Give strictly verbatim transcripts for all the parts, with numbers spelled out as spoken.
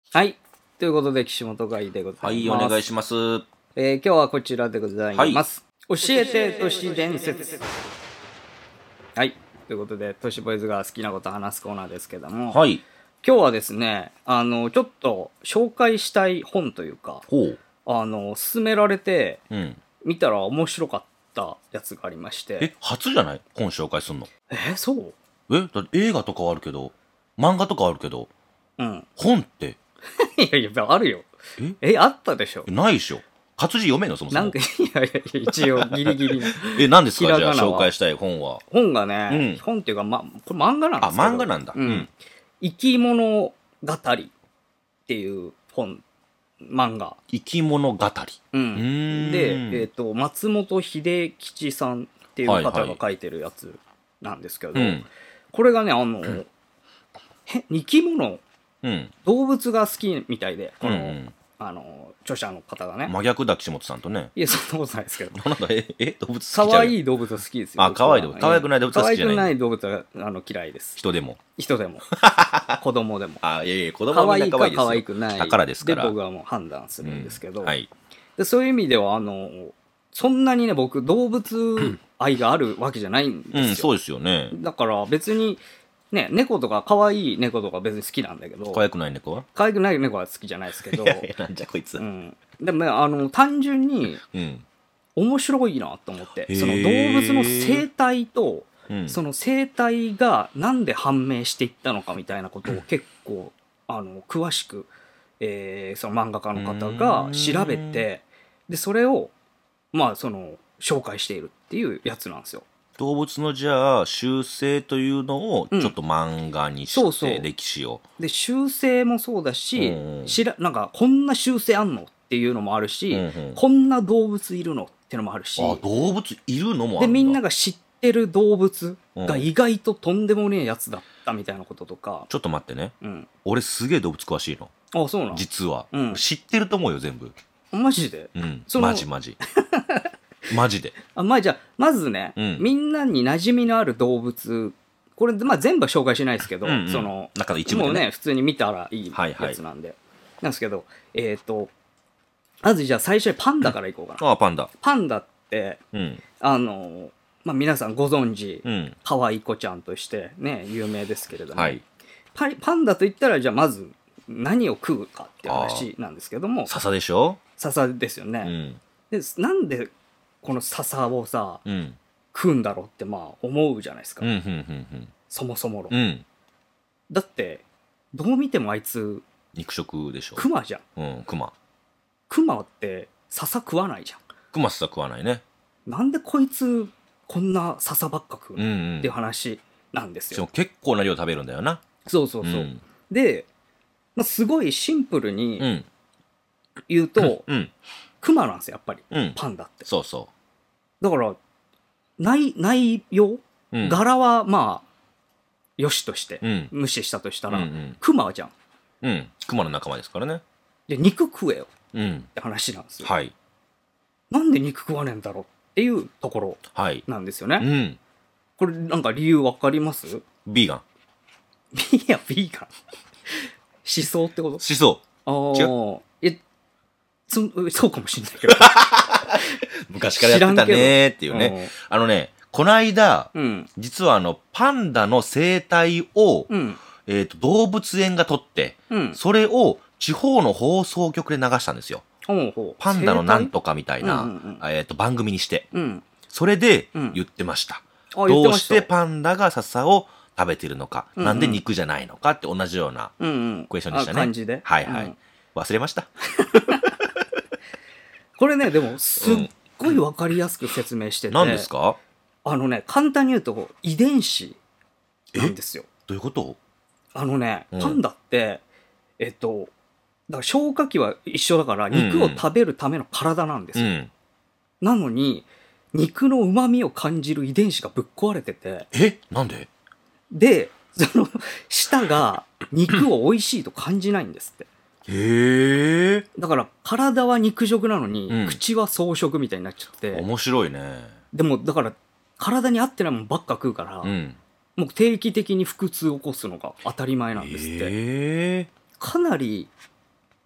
はい。ということで、岸本会でございます。 はい、お願いします。 えー、今日はこちらでございます。はい、教えて都市伝説。はい。ということで、都市ボーイズが好きなことを話すコーナーですけども、 はい。 今日はですね、あの、ちょっと紹介したい本というか、 ほう。 あの、勧められて、 うん。 見たら面白かったやつがありまして。 え、初じゃない本紹介すんの。 えー、そうえ、だって映画とかはあるけど、漫画とかはあるけど、 うん。 本って。 いやいや、あるよ。 ええ、あったでしょ。 ないでしょ。活字読めんのそもそも。 なんか、いやいやいや、一応ギリギリ。 え、何ですかひらじゃあがなは紹介したい本は。 本がね、 うん本っていうか、ま、これ漫画なんであ、 すけど。 漫画なんだ。 ううんん。 生き物語っていう本、漫画。 生き物語。 ううーん。 ん。 で、えっ、と、松本秀吉さんっていう方はいはいが書いてるやつなんですけど、 うん。 これがね、あの、へ生き物、 うん。 動物が好きみたいで、この、 うんうんあの、著者の方がね。 真逆だ、岸本さんとね。 いや、そんなことないですけど。 なんか、え、え、動物好きじゃん。 可愛い動物好きですよ。 あ可愛い動物可愛くない動物は好きじゃない可愛くない動物はあの嫌いです。 人でも。 人でも。子供でも。 あ、いやいや、子供可はみん愛いかな可愛いですよ。 可愛くない。 宝ですから。 で、僕はもう判断するんですけど。 うんはい。 でそういう意味では、あの、そんなにね、僕、動物愛があるわけじゃないんですよ。 うん、そうですよね。 だから別に、ね、猫とか可愛い猫とか別に好きなんだけど、 可愛くない猫は可愛くない猫は好きじゃないですけど、 いやいや、なんじゃこいつ。 ううん。 ん。でもね、あの、単純に面白いなと思って、 へーその動物の生態と、 うん。 その生態がなんで判明していったのかみたいなことを結構あの詳しく、えーその漫画家の方が調べて、でそれをまあその紹介しているっていうやつなんですよ。 動物のじゃあ習性というのをうんちょっと漫画にそうそうして歴史を。 で習性もそうだし、 うんしらなんかこんな習性あんのっていうのもあるし、 うんうんこんな動物いるのっていうのもあるし、 あ、動物いるのもあるんだ。 でみんなが知ってる動物がうん意外ととんでもねえやつだったみたいなこととか、 ちょっと待ってね。 うん、 俺すげえ動物詳しいの。 あそうなの実は、 うん知ってると思うよ全部。 マジでうん。 そのマジマジ。マジで。 あまあじゃあまずね、 うんみんなに馴染みのある動物これ、まあ、全部は紹介しないですけど、 うんうんその中の一部でねもうね普通に見たらいいはいはいやつなんで、なんですけどえっ、とまずじゃあ最初にパンダからいこうかな、 ああ、パンダ。 パンダってうん。 あの、まあ、皆さんご存知、 うん。 可愛い子ちゃんとしてね有名ですけれども、 はい。 パパンダといったらじゃあまず何を食うかっていう話なんですけども笹でしょ。 笹ですよね、 うん。 でなんでこの笹をさうん。 食うんだろうってまあ思うじゃないですか、 うん。うん。うん。 そもそも論、 うん。うん。 だってどう見てもあいつ肉食でしょ。 クマじゃん。 うん、クマ。 クマって笹食わないじゃクマさ食わないね。 ん。なんでこいつこんな笹ばっか食うの、 うんうん。 っていう話なんですよ。 しかも結構な量食べるんだよな。 そうそうそう、 んで、まあ、すごいシンプルうにん。 言うと、 うん。 クマなんですよやっぱり、 うん。 パンダって。 そうそだから内内容、 う。うん。 柄はまあよしとして、 うん。 無視したとしたら、 うんうん。 クマじゃん。 うん。クマの仲間ですからね。 で肉食えようん。 って話なんですよ。 はい。 なんで肉食わねえんだろうっていうところはい。 なんですよね。 うん。 これなんか理由わかります？ ビーガン。 いや、ビーガン。思想ってこと？ しそあ違あ。え、そ、そうかもしんないけど。 う。昔からやってたねーっていうね。あのね、この間、 うん。 実はあの、パンダの生態を、 うん。 えっと、動物園が撮って、 うん。 それを地方の放送局で流したんですよ。 ほうほう。 パンダのなんとかみたいな、 うんうんえっと、番組にして。 生態。うん。 それでうん言ってました。 あ、言ってどうまし。 したてパンダが笹を食べてるのか、 うんうんなんで肉じゃないのかって同じようなうんうん。 クエスチョンでしたね。 あ感じで。 はいはい。 うん忘れました。 これね、でも、すっごいわかりやすく説明してて。 何ですか？ あのね、簡単に言うと、遺伝子なんですよ。 どういうこと？ あのね、 うんパンダって、えっと、だから消化器は一緒だから、肉を食べるための体なんですよ。 うん。 なのに、肉の旨味を感じる遺伝子がぶっ壊れてて、 えなんで？ で、その、舌が肉を美味しいと感じないんですって。 へえ。 だから、体は肉食なのに、 うん口は草食みたいになっちゃって、 面白いね。 でも、だから、体に合ってないもんばっか食うから、 うん。 もう定期的に腹痛を起こすのが当たり前なんですって。 へえ。 かなり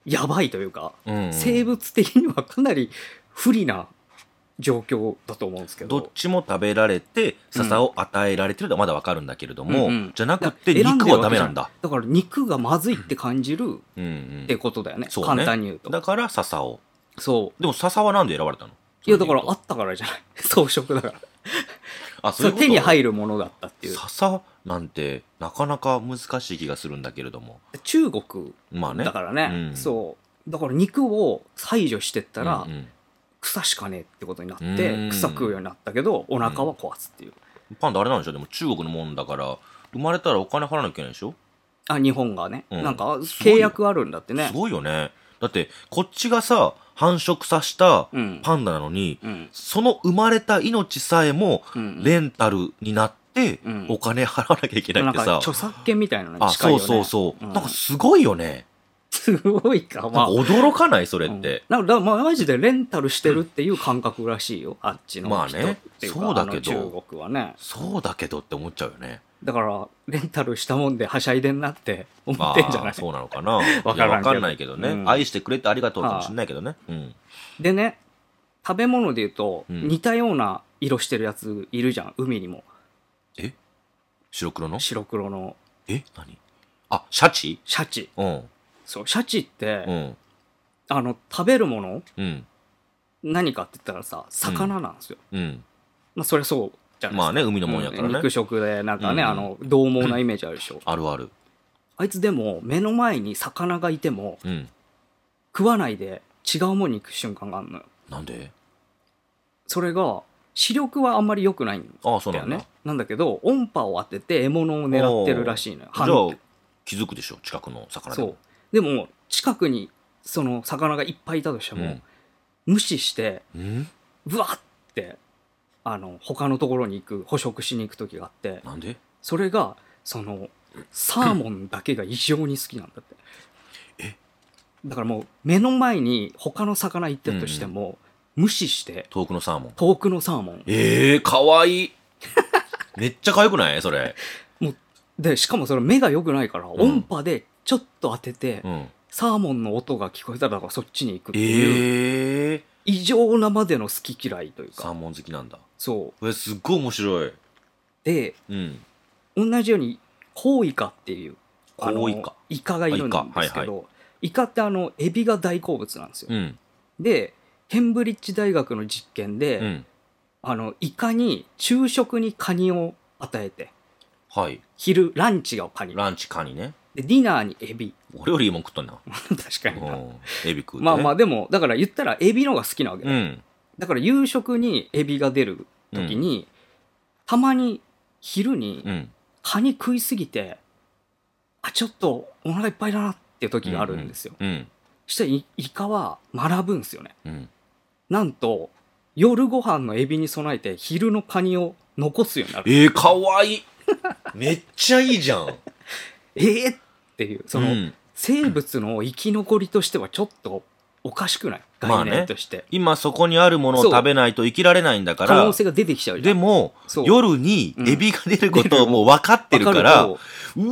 やばいというか、 うんうん、 生物的にはかなり不利な状況だと思うんですけど、 どっちも食べられて笹を与えられてるのはまだわかるんだけれども、 うんうん、 じゃなくて肉はダメなんだ。 だから肉がまずいって感じるってことだよね、うんうん、簡単に言うと。 だから笹を。 そうでも笹はなんで選ばれたの？ いやだからあったからじゃない草食だからあ、そういうこと。 手に入るものだったっていう。 笹なんてなかなか難しい気がするんだけれども、 中国だからね、 まあね、うん、 そうだから肉を排除してったら、 うんうん、 草しかねえってことになって草食うようになったけどお腹は壊すっていう、 うん、パンダあれなんでしょ。でも中国のもんだから生まれたらお金払わなきゃいけないでしょ。 あ、日本がね、うん、なんか契約あるんだってね。 すごいよね。だってこっちがさ繁殖させたパンダなのに、うん、その生まれた命さえもレンタルになってお金払わなきゃいけないってさ、うん、 なんか著作権みたいなのに近いよね。 あ、そうそうそう、うん、なんかすごいよね。 すごいか、まあ、 驚かないそれって、 うん、なんかまあマジでレンタルしてるっていう感覚らしいよ、あっちの人っていうか、まあね、 そうだけど中国はね。 そうだけどって思っちゃうよね。 だからレンタルしたもんではしゃいでんなって思ってんじゃない？ あ、そうなのかな。わかんないけどね、うん、愛してくれてありがとうかもしれないけどね、うん、 でね、食べ物で言うと、うん、似たような色してるやついるじゃん、海にも。 え、白黒の？ 白黒の。 え、何？あ、シャチ？ シャチ、 うん、 そう、シャチって、 うん、 あの食べるもの、 うん、 何かって言ったらさ、魚なんですよ、 うんうん、 まあそれそうじゃないですか。 まあね、海のもんやからね、 うん、肉食でなんかね、うん、あの獰猛なイメージあるでしょ、うん、 あるある。 あいつでも目の前に魚がいても、うん、食わないで違うもんに行く瞬間があるのよ。 なんで？ それが視力はあんまり良くないんだよね。 ああ、そうなんだ。 なんだけど音波を当てて獲物を狙ってるらしいのよ。 じゃあ気づくでしょ、近くの魚でも。 そうでも近くにその魚がいっぱいいたとしても、うん、無視してブワッてあの他のところに行く、捕食しに行く時があって。 なんで？ それがそのサーモンだけが異常に好きなんだって。 え？ だからもう目の前に他の魚行ってるとしても、うんうん、無視して遠くのサーモン遠くのサーモン。 えー、かわいいめっちゃかわいくないそれ。 もうでしかもそれ目が良くないから、うん、音波でちょっと当てて、うん、サーモンの音が聞こえたらだからそっちに行くっていう、えー、異常なまでの好き嫌いというか。 サーモン好きなんだ。 そう。 え、すっごい面白い。 で、 うん、 同じようにコウイカっていうコウイカイカがいるんですけど、イカ、はいはい、イカってあのエビが大好物なんですよ、うん、でケンブリッジ大学の実験で、うん、あのイカに昼食にカニを与えて、 はい、 昼ランチがカニ、 ランチカニね。 でディナーにエビ。 俺よりいいもん食ったんだ確かにな。 エビ食うて、ね、 まあまあでもだから言ったらエビのが好きなわけだ、うん、だから夕食にエビが出る時に、うん、たまに昼に、うん、カニ食いすぎて、あ、ちょっとお腹いっぱいだなっていう時があるんですよ、うんうん、したら イ, イカは学ぶんですよね、うん、なんと夜ご飯のエビに備えて昼のカニを残すようになる。 えー、かわいいめっちゃいいじゃんえーっていう、その、うん、生物の生き残りとしてはちょっとおかしくない？概念として、まあね、 今そこにあるものを食べないと生きられないんだから、 可能性が出てきちゃうじゃん。 でも夜にエビが出ることをもう分かってるから、うん、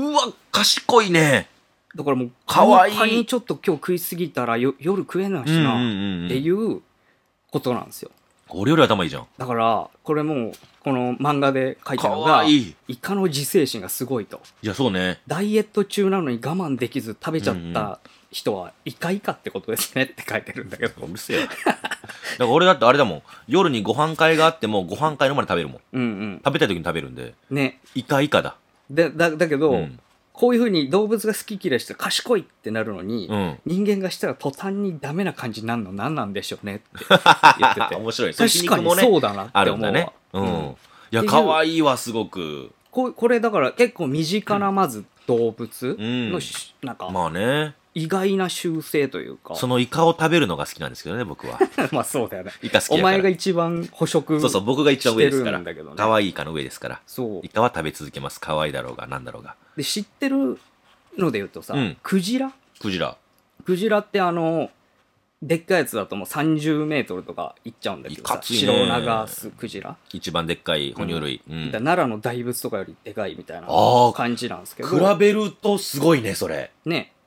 うわ賢いね。 だからもうかわいい。カニちょっと今日食いすぎたらよ夜食えないしなっていうことなんですよ。 俺より頭いいじゃん。 だからこれもうこの漫画で書いてあるのが、いいイカの自制心がすごいと。 いやそうね。 ダイエット中なのに我慢できず食べちゃった人はイカイカってことですねって書いてるんだけど。 うるせえよだから俺だってあれだもん、夜にご飯会があってもご飯会のまで食べるもん、うんうん、食べたい時に食べるんでね。イカイカだ。 で だ, だけど、うん、こういうふうに動物が好き嫌いして賢いってなるのに、うん、人間がしたら途端にダメな感じになるの何なんでしょうねって言ってて面白い。 確かにそうだなって思うわ。 あるんだね、うんうん、いや可愛いわすごく。 こ, これだから結構身近なまず動物の、うん、なんかまあね意外な習性というか、 そのイカを食べるのが好きなんですけどね僕はまあそうだよね。 イカ好きやから。 お前が一番捕食してるんだけどね。 そうそう僕が一番上ですから可愛いイカの上ですから。そうイカは食べ続けます。可愛いだろうがなんだろうが。 で知ってるので言うとさ、うん、クジラクジラクジラってあのでっかいやつだともうさんじゅうメートルとかいっちゃうんだけどさ、白長スクジラ一番でっかい哺乳類、 うんうん、奈良の大仏とかよりでかいみたいな感じなんですけど、 比べるとすごいねそれね。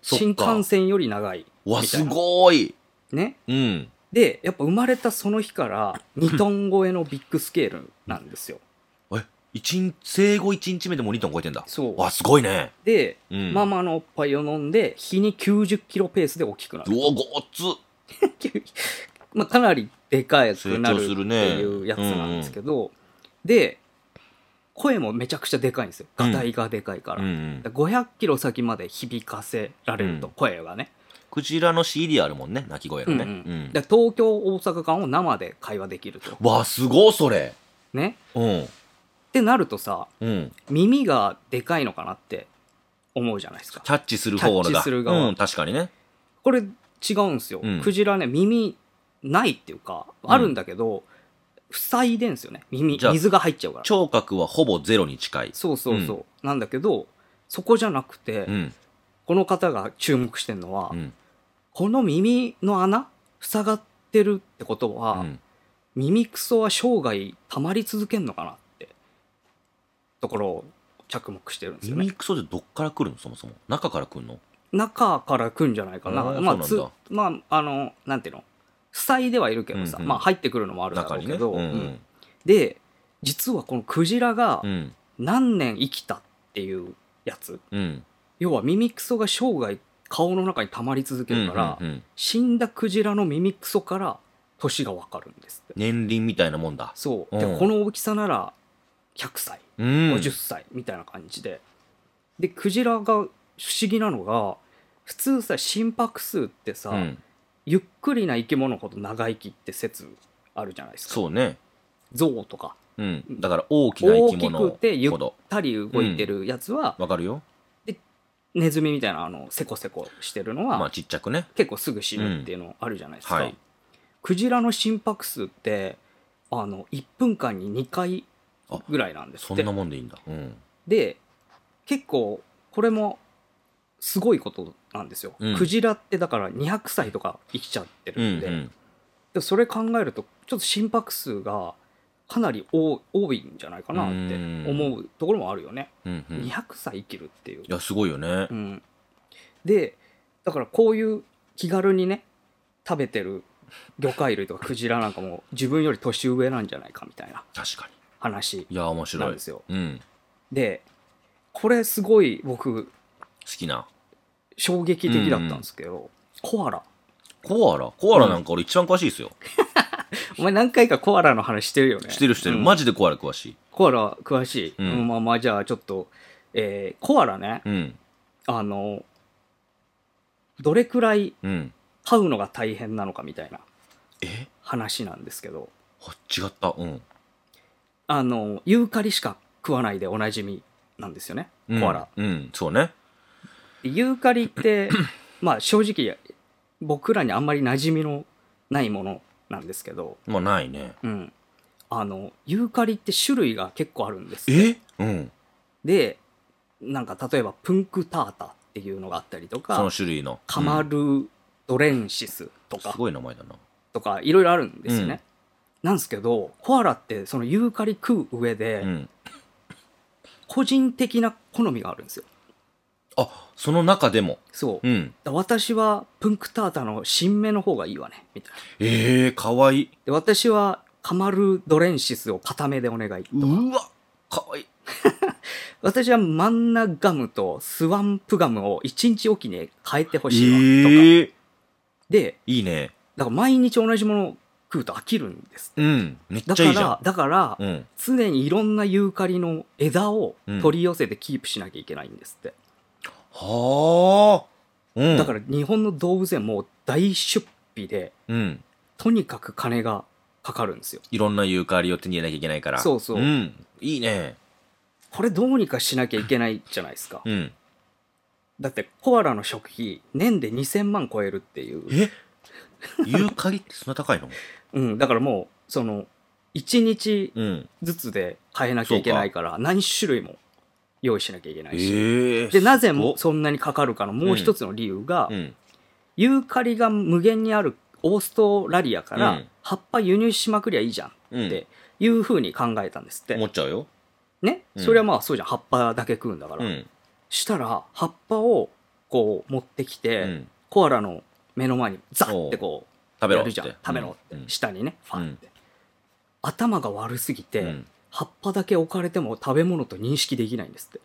新幹線より長いみたいな。 わ、すごいね。 うん。 でやっぱ生まれたその日からにトン超えのビッグスケールなんですよ。 え、一日生後いちにちめでもうにトン超えてんだ。 そう。 わ、すごいね。 で、 うん、 ママのおっぱいを飲んで日にきゅうじゅっキロペースで大きくなる。 うお、ごっつまあかなりでかくなるっていうやつなんですけど、ね、うんうん、で声もめちゃくちゃでかいんですよ。ガタイがでかいから、うんうんうん、ごひゃくキロ先まで響かせられると、うん、声がね。 クジラの シーディー あるもんね、鳴き声のね、うんうんうん、で東京大阪間を生で会話できると。 わ、すごいそれね、 うん、 ってなるとさ、 うん、 耳がでかいのかなって思うじゃないですか。 キャッチする方のだ。 キャッチする側、 うん、確かにね。 これ違うんですよ、うん、クジラね耳ないっていうかあるんだけど、うん、塞いでんすよね耳。水が入っちゃうから聴覚はほぼゼロに近い。 そうそうそう、うん、なんだけどそこじゃなくて、うん、この方が注目してるのは、うん、この耳の穴塞がってるってことは、うん、耳クソは生涯溜まり続けんのかなってところを着目してるんですよね。 耳クソってどっから来るの？そもそも中から来るの？ 中から来るんじゃないかな。まあつまああのなんていうの、塞いではいるけどさ、うんうん、まあ入ってくるのもあるだろうけど、ね、うんうん、で実はこのクジラが何年生きたっていうやつ、うん、要は耳クソが生涯顔の中に溜まり続けるから、うんうんうん、死んだクジラの耳クソから年が分かるんですって。 年輪みたいなもんだ。 そう、うん、でこの大きさならひゃくさい、うん、ごじゅっさいみたいな感じで、でクジラが不思議なのが普通さ心拍数ってさ、うん、ゆっくりな生き物ほど長生きって説あるじゃないですか。 そうね。 象とか、 うん、だから大きな生き物ほど大きくてゆったり動いてるやつは、 わ、うん、かるよ。 でネズミみたいなあのセコセコしてるのは、 まあ、ちっちゃくね結構すぐ死ぬっていうのあるじゃないですか、 うんはい、 クジラの心拍数ってあのいっぷんかんににかいぐらいなんですって。 そんなもんでいいんだ、うん、で結構これもすごいことなんですよ、うん、クジラってだからにひゃくさいとか生きちゃってるんで、うんうん、でそれ考えるとちょっと心拍数がかなり多いんじゃないかなって思うところもあるよね、うんうん、にひゃくさい生きるっていう。 いやすごいよね、 うん、でだからこういう気軽にね食べてる魚介類とかクジラなんかも自分より年上なんじゃないかみたいな話なんですよ。 うん、 でこれすごい僕好きな衝撃的だったんですけど、うん、コアラコアラコアラなんか俺一番詳しいですよ、 うん、お前何回かコアラの話してるよね。 してるしてる、うん、マジでコアラ詳しい。 コアラ詳しい、うん、まあまあじゃあちょっと、えー、コアラね、うん、あのどれくらい飼うのが大変なのかみたいな話なんですけど、 あ違ったうんあのユーカリしか食わないでおなじみなんですよね、うん、コアラ、 うん、そうね。 ユーカリってまあ正直僕らにあんまり馴染みのないものなんですけど、 まあないね、 うん、あのユーカリって種類が結構あるんですえ、うん、 でなんか例えばプンクタータっていうのがあったりとか、 その種類のカマルドレンシスとか、 すごい名前だなとかいろいろあるんですよね、うん、なんですけどコアラってそのユーカリ食う上で、うん、個人的な好みがあるんですよ。 あ、その中でもそう、うん、私はプンクタータの新芽の方がいいわねみたいな。 えー、かわいい。 で私はカマルドレンシスを固めでお願いとか。 うわかわいい私はマンナガムとスワンプガムをいちにちおきに変えてほしいわとか、えー、でいいね。 だから毎日同じものを食うと飽きるんです。 うん、めっちゃいいじゃん。 だから、だから、うん、常にいろんなユーカリの枝を取り寄せてキープしなきゃいけないんですって、 うん、はあ、うん、 だから日本の動物園も大出費で、うん、とにかく金がかかるんですよ。 いろんなユーカリを手に入れなきゃいけないから。 そうそう、うん、 いいね。 これどうにかしなきゃいけないじゃないですか、うん、だってコアラの食費年でにせんまん超えるっていう。 えユーカリってそんな高いの？ うん、だからもうそのいちにちずつで買えなきゃいけないから、うん、何種類も用意しなきゃいけないし、えー、でなぜそんなにかかるかのもう一つの理由が、うんうん、ユーカリが無限にあるオーストラリアから、うん、葉っぱ輸入しまくりゃいいじゃんっていう風に考えたんですって。 思っちゃうよね、 うん、それはまあそうじゃん、葉っぱだけ食うんだから、うん、したら葉っぱをこう持ってきて、 うん、 コアラの目の前にザッてこう食べろってやるじゃん、食べろって、 うん、 下にねファンって、 うん、 頭が悪すぎて、うん、葉っぱだけ置かれても食べ物と認識できないんですって。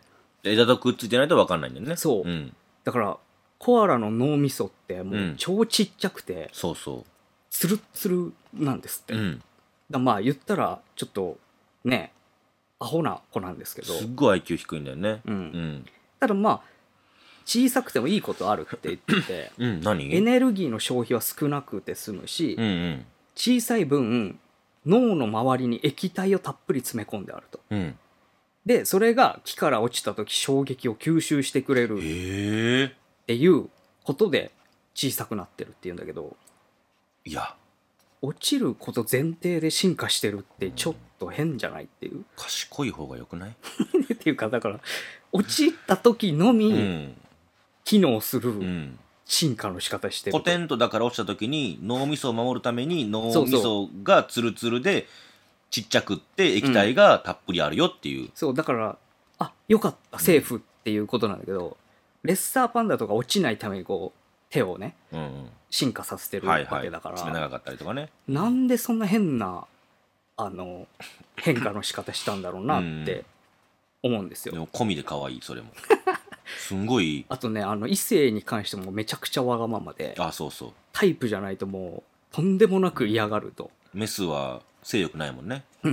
枝とくっついてないと分かんないんだよね。 そう、うん、だからコアラの脳みそってもう超ちっちゃくて、うん、 そうそうツルッツルなんですって、うん、だまあ言ったらちょっとねアホな子なんですけど、 すっごい アイキュー 低いんだよね、 うんうん、ただまあ小さくてもいいことあるって言ってて、 うん、何？ エネルギーの消費は少なくて済むし、 うんうん、 小さい分脳の周りに液体をたっぷり詰め込んであると、うん、でそれが木から落ちた時衝撃を吸収してくれるっていうことで小さくなってるっていうんだけど、 いや落ちること前提で進化してるってちょっと変じゃないっていう、うん、 賢い方がよくないっていうか、だから落ちた時のみ機能する進化の仕方してる、 ポテンとだから落ちた時に脳みそを守るために脳みそがツルツルでちっちゃくって液体がたっぷりあるよっていう、うん、 そうだからあよかったセーフっていうことなんだけど、レッサーパンダとか落ちないためにこう手をね、うんうん、進化させてるわけだから、 爪長かったりとかね、 なんでそんな変なあの変化の仕方したんだろうなって思うんですよ。 でも込みで可愛いそれもすんごい。 あとねあの異性に関してもめちゃくちゃわがままで、 あそうそうタイプじゃないともうとんでもなく嫌がると。 メスは性欲ないもんね、 うんうん、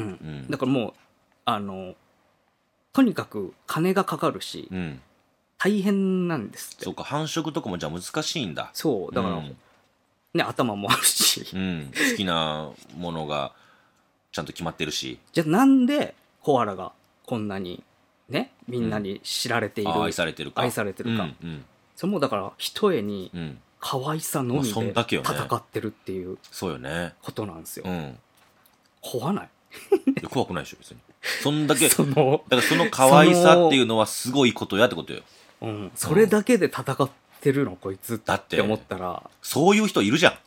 だからもうあのとにかく金がかかるし、うん、大変なんですって。 そうか繁殖とかもじゃあ難しいんだ。 そうだから、うん、ね頭もあるし、 うん、好きなものがちゃんと決まってるし。 じゃあなんでコアラがこんなにねみんなに知られている、うん、 愛されてるか愛されてるか、うんうん、それもだから一重に可愛さのみで戦ってるっていうことなんですよ。 うん、 怖ない怖くないでしょ別に。そんだけそのだからその可愛さっていうのはすごいことやってことよ。 うん、それだけで戦ってるのこいつって思ったらそういう人いるじゃん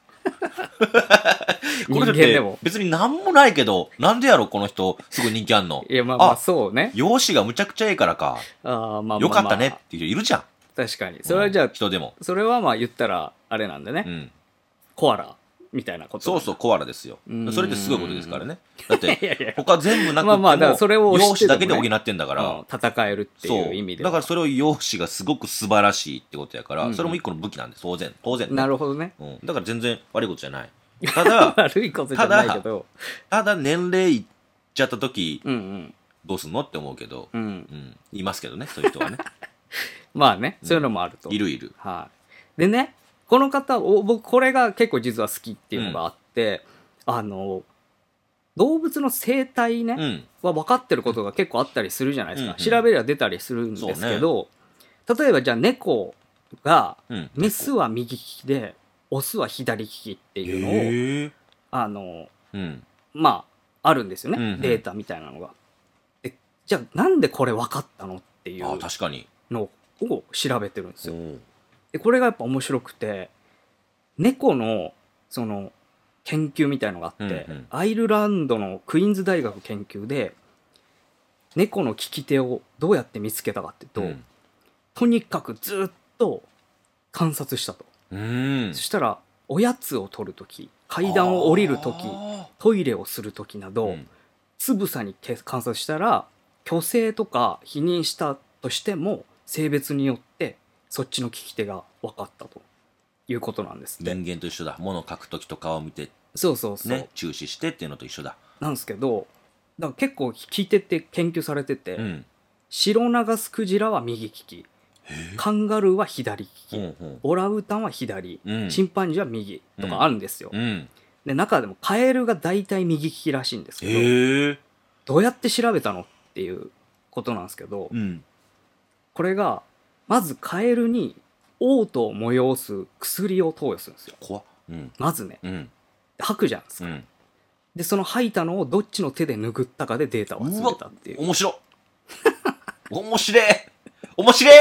これって別に何もないけどなんでやろこの人すごい人気あんの。 いやまあまあそうね、 容姿がむちゃくちゃええからかあ、まあまあまあ、よかったねっていう人いるじゃん。 確かにそれはじゃあ、うん、 人でもそれはまあ言ったらあれなんでね、うん、コアラみたいなこと。 そうそうコアラですよ。それってすごいことですからね。だって他全部なくてもまあまあそれを容姿だけで補ってんだから、うん、 戦えるっていう意味でだからそれを容姿がすごく素晴らしいってことやから、うん、それも一個の武器なんです当然当然、ね、 なるほどね、 うん、だから全然悪いことじゃない。ただ悪いことじゃないけどただ年齢いっちゃった時、うんうん、どうすんのって思うけど、うんうん、いますけどねそういう人はねまあねそういうのもあると、 うん、いるいる、 はい、でねこの方を僕これが結構実は好きっていうのがあって、うん、あの動物の生態ね、うん、は分かってることが結構あったりするじゃないですか、うんうん、調べれば出たりするんですけど、ね、例えばじゃあ猫が、うん、メスは右利きでオスは左利きっていうのをあの、うん、まああるんですよね、うんうん、データみたいなのが。でじゃあなんでこれ分かったのっていうのを調べてるんですよ。でこれがやっぱ面白くて猫のその研究みたいのがあって、うんうん、アイルランドのクイーンズ大学研究で猫の利き手をどうやって見つけたかっていうと、うん、とにかくずっと観察したと。うんそしたらおやつを取るとき階段を降りるときトイレをするときなど、うん、つぶさに観察したら虚勢とか否認したとしても性別によってそっちの利き手が分かったということなんですって。 人間と一緒だ。物を書くときと顔を見て、 そうそうそう、 ね、注視してっていうのと一緒だ。 なんですけどだから結構聞いてって研究されてて、うん、シロナガスクジラは右利きカンガルーは左利き、うんうん、オランウータンは左、うん、チンパンジーは右とかあるんですよ、うん、で中でもカエルが大体右利きらしいんですけどどうやって調べたのっていうことなんですけど、うん、これがまずカエルに嘔吐を催す薬を投与するんですよ。 怖っ、うん、 まずね、うん、吐くじゃないですか、うん、でその吐いたのをどっちの手で拭ったかでデータを集めたっていう。 面白っ面白い面白い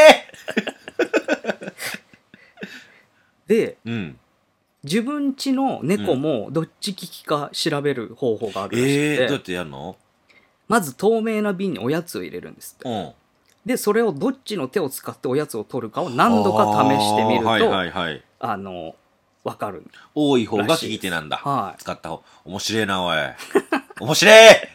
で、うん、自分家の猫もどっち利きか調べる方法があるらしくて、 えー、どうやってやるの？ まず透明な瓶におやつを入れるんですって、うん、 でそれをどっちの手を使っておやつを取るかを何度か試してみるとあ、はいはいはい、あの分かる。 多い方が利き手なんだ。 はい、 使った方。面白いなおい。面白い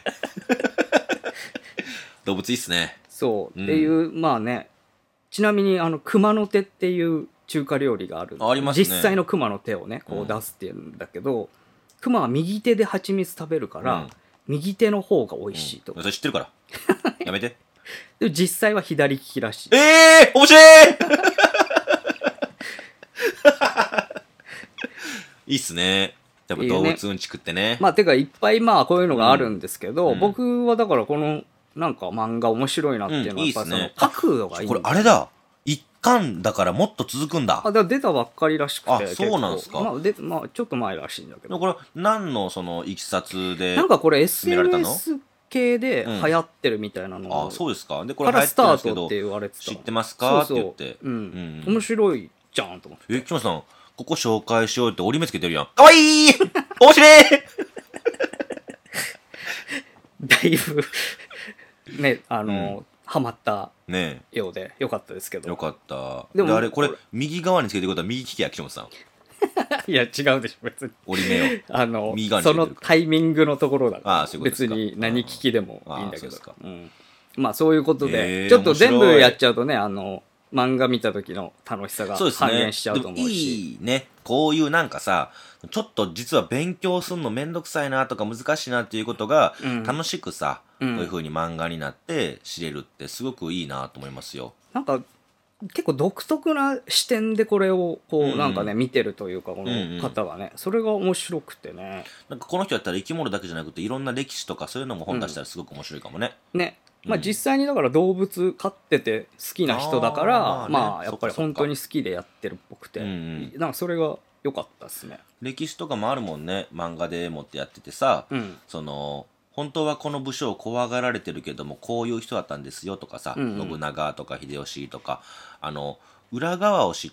動物いいっすね。 そう、うん、っていうまあね。ちなみにあの熊の手っていう中華料理がある。 ありますね。 実際の熊の手をねこう出すっていうんだけど、うん、熊は右手で蜂蜜食べるから、うん、右手の方が美味しいと、 うん、それ知ってるからやめて。 でも実際は左利きらしい。 えー、面白いいいっすね。やっぱ動物うんちくってね。 ねまあてかいっぱいまあこういうのがあるんですけど、うん、僕はだからこのなんか漫画面白いなっていうのはやっぱその角度がいいんですよ。 これあれだ。一巻だからもっと続くんだ。 あ、だから出たばっかりらしくて。 あ、そうなんですか。 まあでまあちょっと前らしいんだけど。 これ何のそのいきさつでなんかこれ エスエヌエス 系で流行ってるみたいなの、 うん、あ、そうですか。でこれ流行ってるんですけど、って言われてた。 知ってますかって言って、 うん、うん、面白いじゃんと思って。 え、木本さんここ紹介しようって折り目つけてるやん。かわいい面白いだいぶねあの、うんハマったようでよかったですけど。 よかった。でもあれこれ右側につけてることは右利きや岸本さん。 いや違うでしょ別に。 折り目をあのそのタイミングのところだから。 あ、そういうことですか。 別に何利きでもいいんだけど。うん、まあそういうことで、えー、ちょっと全部やっちゃうとねあの漫画見た時の楽しさが半減しちゃうと思うし。 そうですね。でもいいね。こういうなんかさちょっと実は勉強するのめんどくさいなとか難しいなっていうことが楽しくさ、うん、こういう風に漫画になって知れるってすごくいいなと思いますよ。 なんか結構独特な視点でこれをこうなんかね、うん、見てるというかこの方がね、うんうん、それが面白くてね。 なんかこの人やったら生き物だけじゃなくていろんな歴史とかそういうのも本出したらすごく面白いかもね。 うん、ね。まあ、実際にだから動物飼ってて好きな人だから、あまあやっぱり本当に好きでやってるっぽくて、うん、なんかそれが良かったですね。 歴史とかもあるもんね漫画でもってやっててさ、うん、その本当はこの武将を怖がられてるけどもこういう人だったんですよとかさ、うんうん、信長とか秀吉とかあの裏側を知って、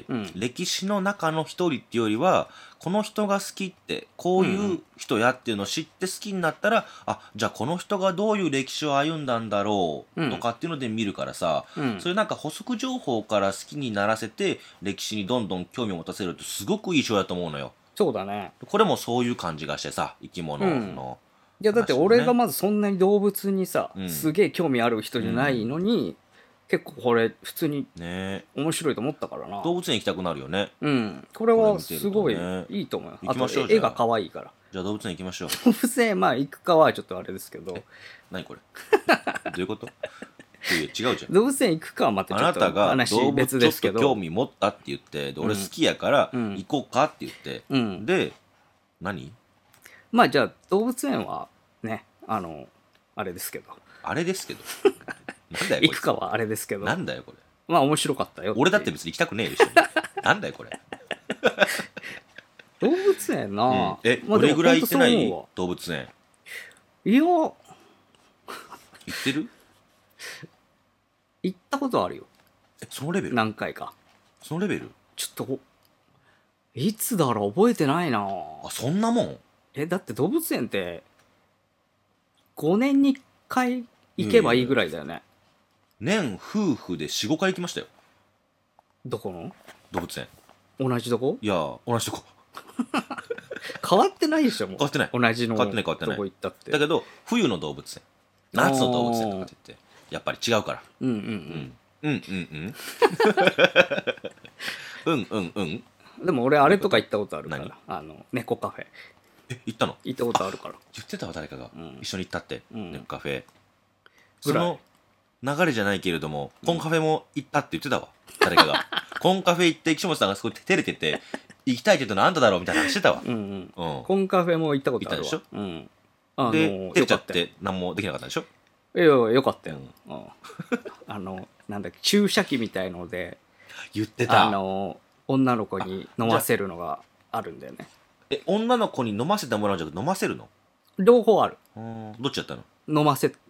うん、歴史の中の一人っていうよりはこの人が好きってこういう人やっていうのを知って好きになったら、うん、あじゃあこの人がどういう歴史を歩んだんだろうとかっていうので見るからさ、うん、そういうなんか補足情報から好きにならせて歴史にどんどん興味を持たせるってすごくいい賞だと思うのよ。 そうだね。 これもそういう感じがしてさ生き物の、 うん、いやだって俺がまずそんなに動物にさ、うん、すげえ興味ある人じゃないのに、うん、結構これ普通に面白いと思ったからな、 ね、動物園行きたくなるよね。 うんこれはすごいいいと思うよ。 行きましょう。 あと絵が可愛いから。 じゃあ動物園行きましょう。 動物園まあ行くかはちょっとあれですけど。 何これどういうこといや違うじゃん。 動物園行くかはまたちょっと話別ですけど、 あなたが動物ちょっと興味持ったって言ってで俺好きやから行こうかって言って、うん、で何まあじゃあ動物園はねあのあれですけどあれですけどなんだよ行くかはあれですけどなんだよこれ。 まあ面白かったよ。 俺だって別に行きたくねえよ一緒になんだよこれ動物園な、うん、 え、まあ、どれぐらい行ってない動物園。 いや行ってる行ったことあるよ。 えそのレベル。 何回か。 そのレベル。 ちょっといつだろう覚えてないなあ。そんなもん。 えだって動物園ってごねんにいっかい行けばいいぐらいだよね。 年夫婦で よん,ご 回行きましたよ。 どこの動物園。 同じとこ。 いや同じとこ変わってないでしょ。もう変わってない。 同じの変わってない変わってない。 どこ行ったってだけど冬の動物園夏の動物園とかって言ってやっぱり違うから。 うんうんうんうんうんうんうんうんうんでも俺あれとか行ったことあるから、あの猫カフェ。 え行ったの。 行ったことあるから。 言ってたわ誰かが、うん、一緒に行ったって、うん、猫カフェ。 その流れじゃないけれども、うん、コンカフェも行ったって言ってたわ誰かがコンカフェ行って岸本さんがすごい照れてて行きたいって言ったのあんただろうみたいな話してたわ。うん、 うんうん、コンカフェも行ったことあるわ。 行ったでしょ、 うんあので照れちゃって何もできなかったでしょ。 いやよかったよ、うんうん、あのなんだっけ注射器みたいので言ってた。 あの女の子に飲ませるのがあるんだよね。 え女の子に飲ませてもらうんじゃなくて飲ませるの。 両方ある。 うんどっちやったの。 飲ませた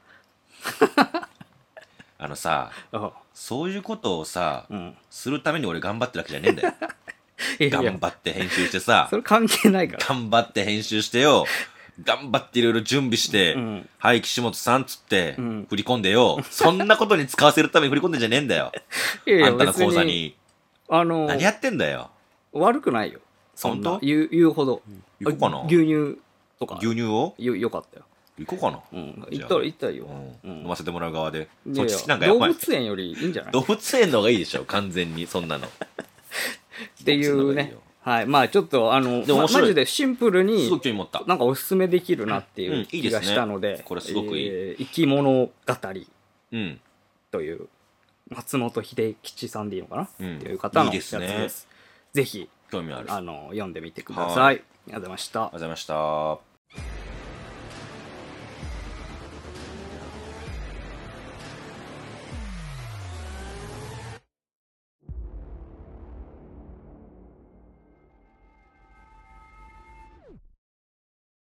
あのさそういうことをさ、うん、するために俺頑張ってるわけじゃねえんだよいやいや頑張って編集してさそれ関係ないから頑張って編集してよ頑張っていろいろ準備して、 うん、 はい岸本さんっつって、 うん、 振り込んでよそんなことに使わせるために振り込んでんじゃねえんだよいやいやあんたの口座にあのー、何やってんだよ。 悪くないよそんな言う、言うほど。 行こうかな。 牛乳とか牛乳をよよかったよ。 行こうかな。 うん、行ったら行ったらいいよ、 うんうん、飲ませてもらう側で。 いやいやそっち好きなんかやっぱり動物園よりいいんじゃない。 動物園の方がいいでしょ完全にそんなのっていうね。はい、まあちょっとあのま、マジでシンプルになんかおすすめできるなっていう気がしたので、うんうんいいですね、 これすごくいい、 えー、生き物語という松本秀吉さんでいいのかな、うん、っていう方のやつです。いいですね、ぜひ興味あるあの読んでみてください。ありがとうございました。 ありがとうございました。